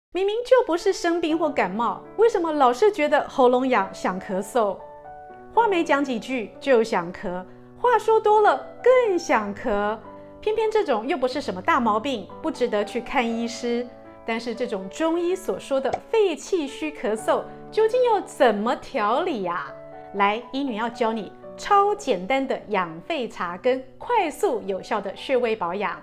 明明就不是生病或感冒，为什么老是觉得喉咙痒想咳嗽？话没讲几句就想咳，话说多了更想咳。偏偏这种又不是什么大毛病，不值得去看医师。但是这种中医所说的肺气虚咳嗽，究竟要怎么调理呀？来，医女要教你超简单的养肺茶跟快速有效的穴位保养。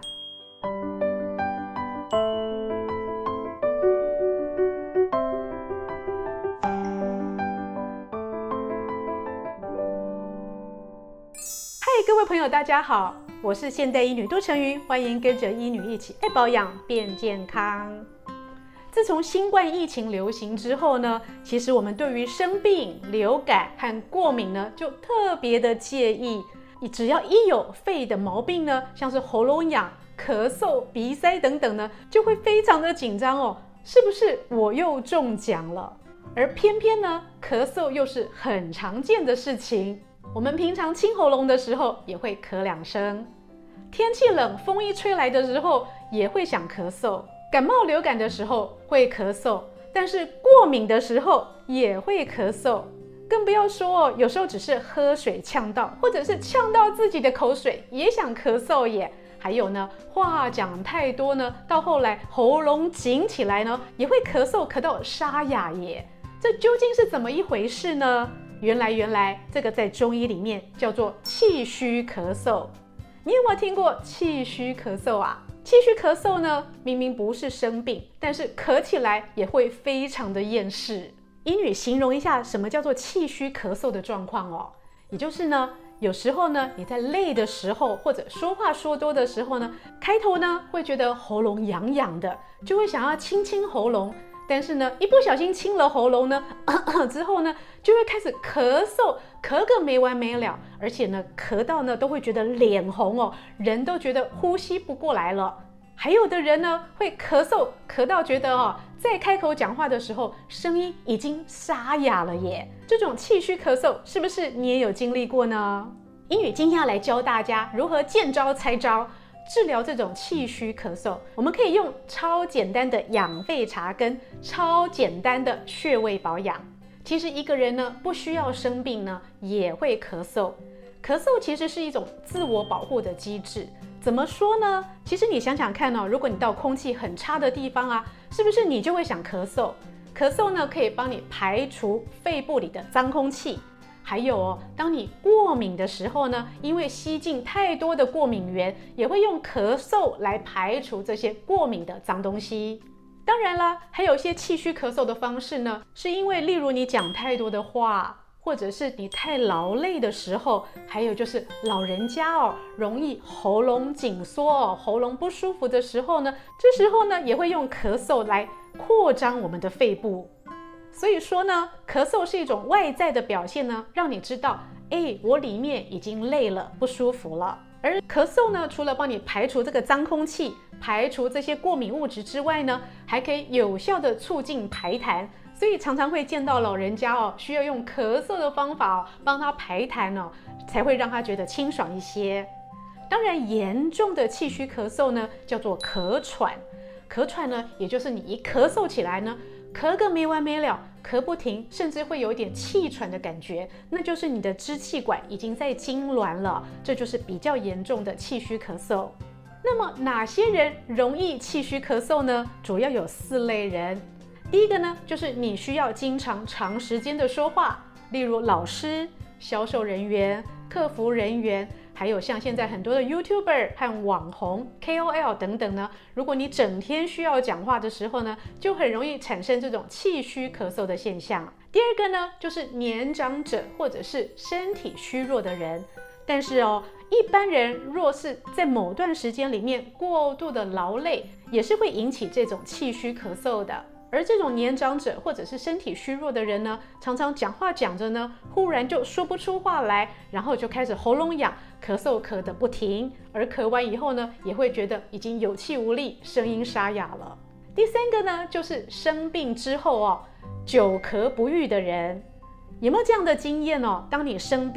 各位朋友大家好，我是现代医女杜成瑜，欢迎跟着医女一起爱保养变健康。自从新冠疫情流行之后呢，其实我们对于生病、流感和过敏呢就特别的介意，只要一有肺的毛病呢，像是喉咙痒、咳嗽、鼻塞等等呢，就会非常的紧张哦，是不是我又中奖了？而偏偏呢，咳嗽又是很常见的事情。我们平常清喉咙的时候也会咳2声，天气冷风一吹来的时候也会想咳嗽，感冒流感的时候会咳嗽，但是过敏的时候也会咳嗽，更不要说有时候只是喝水呛到，或者是呛到自己的口水也想咳嗽耶。还有呢，话讲太多呢，到后来喉咙紧起来呢，也会咳嗽咳到沙哑耶。这究竟是怎么一回事呢？原来这个在中医里面叫做气虚咳嗽。你有没有听过气虚咳嗽啊？气虚咳嗽呢，明明不是生病，但是咳起来也会非常的厌世。医女形容一下什么叫做气虚咳嗽的状况哦，也就是呢，有时候呢你在累的时候，或者说话说多的时候呢，开头呢会觉得喉咙痒痒的，就会想要清喉咙。但是呢，一不小心清了喉咙呢，之后呢，就会开始咳嗽，咳个没完没了，而且呢，咳到呢都会觉得脸红哦，人都觉得呼吸不过来了。还有的人呢，会咳嗽，咳到觉得在开口讲话的时候，声音已经沙哑了耶。这种气虚咳嗽，是不是你也有经历过呢？医女今天要来教大家如何见招拆招。治疗这种气虚咳嗽，我们可以用超简单的养肺茶跟超简单的穴位保养。其实一个人呢，不需要生病呢，也会咳嗽。咳嗽其实是一种自我保护的机制。怎么说呢？其实你想想看哦，如果你到空气很差的地方啊，是不是你就会想咳嗽？咳嗽呢，可以帮你排除肺部里的脏空气。还有当你过敏的时候呢，因为吸进太多的过敏源，也会用咳嗽来排除这些过敏的脏东西。当然啦，还有一些气虚咳嗽的方式呢，是因为例如你讲太多的话，或者是你太劳累的时候，还有就是老人家容易喉咙紧缩喉咙不舒服的时候呢，这时候呢也会用咳嗽来扩张我们的肺部。所以说呢，咳嗽是一种外在的表现呢，让你知道，我里面已经累了，不舒服了。而咳嗽呢，除了帮你排除这个脏空气，排除这些过敏物质之外呢，还可以有效的促进排痰。所以常常会见到老人家需要用咳嗽的方法帮他排痰才会让他觉得清爽一些。当然，严重的气虚咳嗽呢，叫做咳喘。咳喘呢，也就是你一咳嗽起来呢，咳个没完没了，咳不停，甚至会有一点气喘的感觉，那就是你的支气管已经在痉挛了，这就是比较严重的气虚咳嗽。那么哪些人容易气虚咳嗽呢？主要有4类人。第一个呢，就是你需要经常长时间的说话，例如老师、销售人员、客服人员，还有像现在很多的 YouTuber 和网红 KOL 等等呢，如果你整天需要讲话的时候呢，就很容易产生这种气虚咳嗽的现象。第二个呢，就是年长者或者是身体虚弱的人。但是一般人若是在某段时间里面过度的劳累，也是会引起这种气虚咳嗽的。而这种年长者或者是身体虚弱的人呢，常常讲话讲着呢，忽然就说不出话来，然后就开始喉咙痒，咳嗽咳得不停，而咳完以后呢，也会觉得已经有气无力，声音沙哑了。第3个呢，就是生病之后久咳不愈的人。有没有这样的经验当你生病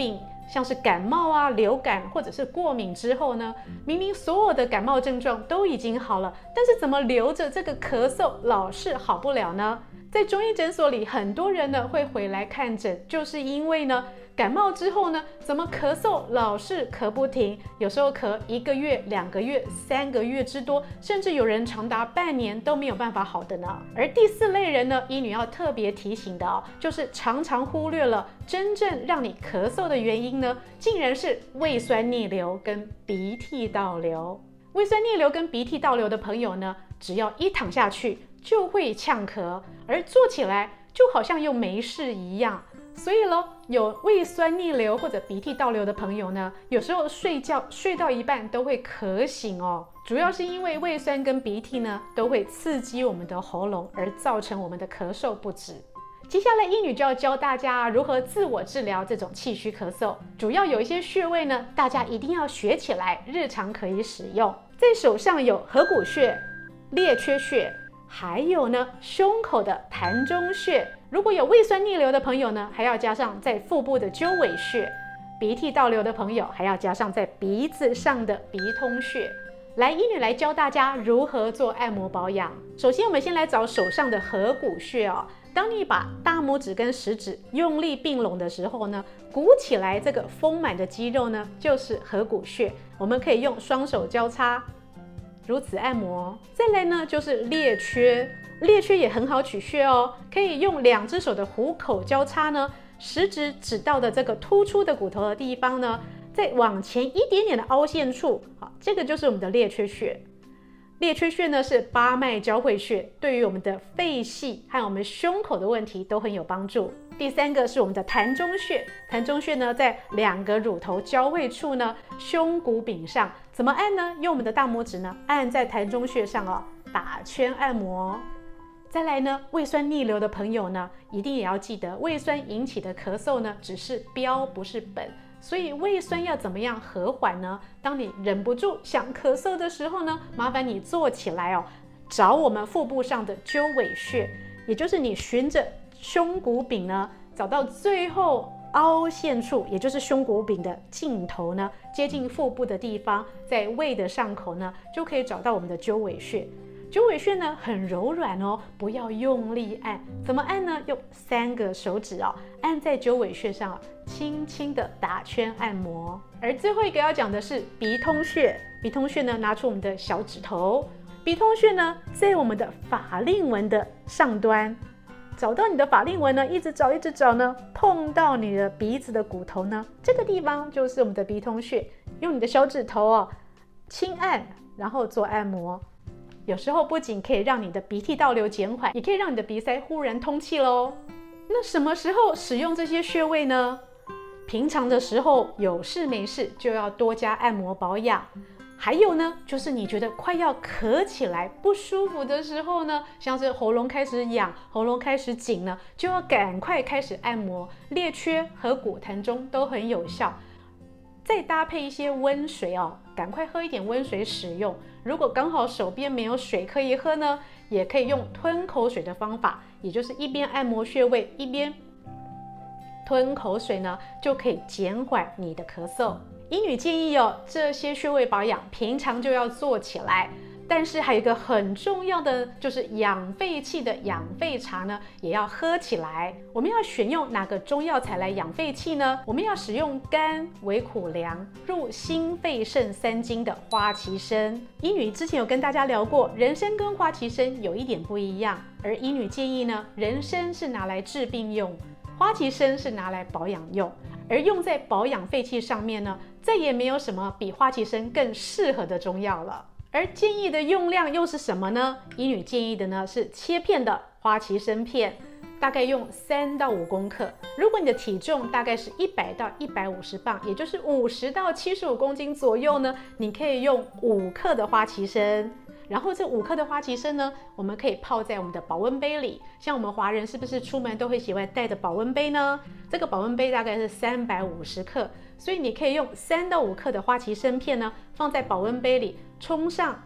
像是感冒啊、流感或者是过敏之后呢，明明所有的感冒症状都已经好了，但是怎么留着这个咳嗽老是好不了呢？在中医诊所里，很多人呢会回来看诊，就是因为呢感冒之后呢，怎么咳嗽老是咳不停，有时候咳1个月、2个月、3个月之多，甚至有人长达半年都没有办法好的呢。而第4类人呢，医女要特别提醒的就是常常忽略了真正让你咳嗽的原因呢，竟然是胃酸逆流跟鼻涕倒流。胃酸逆流跟鼻涕倒流的朋友呢，只要一躺下去就会呛咳，而坐起来就好像又没事一样。所以咯，有胃酸逆流或者鼻涕倒流的朋友呢，有时候睡觉睡到一半都会咳醒哦，主要是因为胃酸跟鼻涕呢都会刺激我们的喉咙，而造成我们的咳嗽不止。接下来医女就要教大家如何自我治疗这种气虚咳嗽，主要有一些穴位呢，大家一定要学起来，日常可以使用。在手上有合谷穴、列缺穴，还有呢胸口的膻中穴。如果有胃酸逆流的朋友呢，还要加上在腹部的鸠尾穴；鼻涕倒流的朋友还要加上在鼻子上的鼻通穴。来，医女来教大家如何做按摩保养。首先，我们先来找手上的合谷穴哦。当你把大拇指跟食指用力并拢的时候呢，鼓起来这个丰满的肌肉呢，就是合谷穴。我们可以用双手交叉，如此按摩。再来呢，就是列缺。列缺也很好取穴哦，可以用2只手的虎口交叉呢，食指指到的这个突出的骨头的地方呢，再往前一点点的凹陷处，好，这个就是我们的列缺穴。列缺穴呢是八脉交汇穴，对于我们的肺系和我们胸口的问题都很有帮助。第3个是我们的膻中穴，膻中穴呢在2个乳头交汇处呢，胸骨柄上。怎么按呢？用我们的大拇指呢按在膻中穴上哦，打圈按摩。再来呢，胃酸逆流的朋友呢，一定也要记得，胃酸引起的咳嗽呢，只是标不是本，所以胃酸要怎么样和缓呢？当你忍不住想咳嗽的时候呢，麻烦你坐起来哦，找我们腹部上的鸠尾穴，也就是你循着胸骨柄呢，找到最后凹陷处，也就是胸骨柄的尽头呢，接近腹部的地方，在胃的上口呢，就可以找到我们的鸠尾穴。鸠尾穴呢很柔软哦，不要用力按。怎么按呢？用3个手指哦，按在鸠尾穴上，轻轻的打圈按摩。而最后一个要讲的是鼻通穴。鼻通穴呢，拿出我们的小指头。鼻通穴呢，在我们的法令纹的上端。找到你的法令纹呢，一直找呢，碰到你的鼻子的骨头呢，这个地方就是我们的鼻通穴。用你的小指头哦，轻按，然后做按摩。有时候不仅可以让你的鼻涕倒流减缓，也可以让你的鼻塞忽然通气咯。那什么时候使用这些穴位呢？平常的时候有事没事就要多加按摩保养。还有呢，就是你觉得快要咳起来不舒服的时候呢，像是喉咙开始痒、喉咙开始紧呢，就要赶快开始按摩。列缺、合谷、膻中都很有效。再搭配一些温水哦，赶快喝一点温水使用。如果刚好手边没有水可以喝呢，也可以用吞口水的方法，也就是一边按摩穴位一边吞口水呢，就可以减缓你的咳嗽。医女建议哦，这些穴位保养平常就要做起来。但是还有一个很重要的，就是养肺气的养肺茶呢，也要喝起来。我们要选用哪个中药材来养肺气呢？我们要使用甘为苦凉、入心肺肾3经的花旗参。医女之前有跟大家聊过，人参跟花旗参有一点不一样，而医女建议呢，人参是拿来治病用，花旗参是拿来保养用。而用在保养肺气上面呢，再也没有什么比花旗参更适合的中药了。而建议的用量又是什么呢？医女建议的呢是切片的花旗参片，大概用3到5公克。如果你的体重大概是100到150磅，也就是50到75公斤左右呢，你可以用5克的花旗参。然后这5克的花旗参呢，我们可以泡在我们的保温杯里。像我们华人是不是出门都会喜欢带的保温杯呢？这个保温杯大概是350克，所以你可以用3到5克的花旗参片呢，放在保温杯里，冲上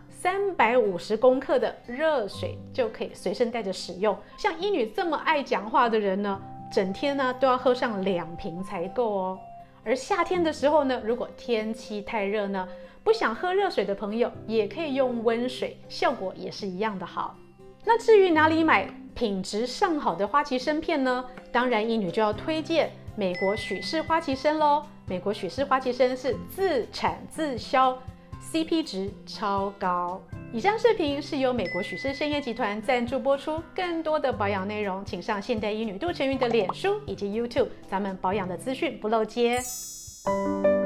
350公克的热水，就可以随身带着使用。像医女这么爱讲话的人呢，整天呢都要喝上2瓶才够哦。 而夏天的时候呢，如果天气太热呢，不想喝热水的朋友也可以用温水，效果也是一样的好。那至于哪里买品质上好的花旗参片呢？当然医女就要推荐美国许氏花旗参咯。美国许氏花旗参是自产自销， CP 值超高。以上视频是由美国许氏参业集团赞助播出，更多的保养内容请上现代医女杜成云的脸书以及 YouTube， 咱们保养的资讯不漏接。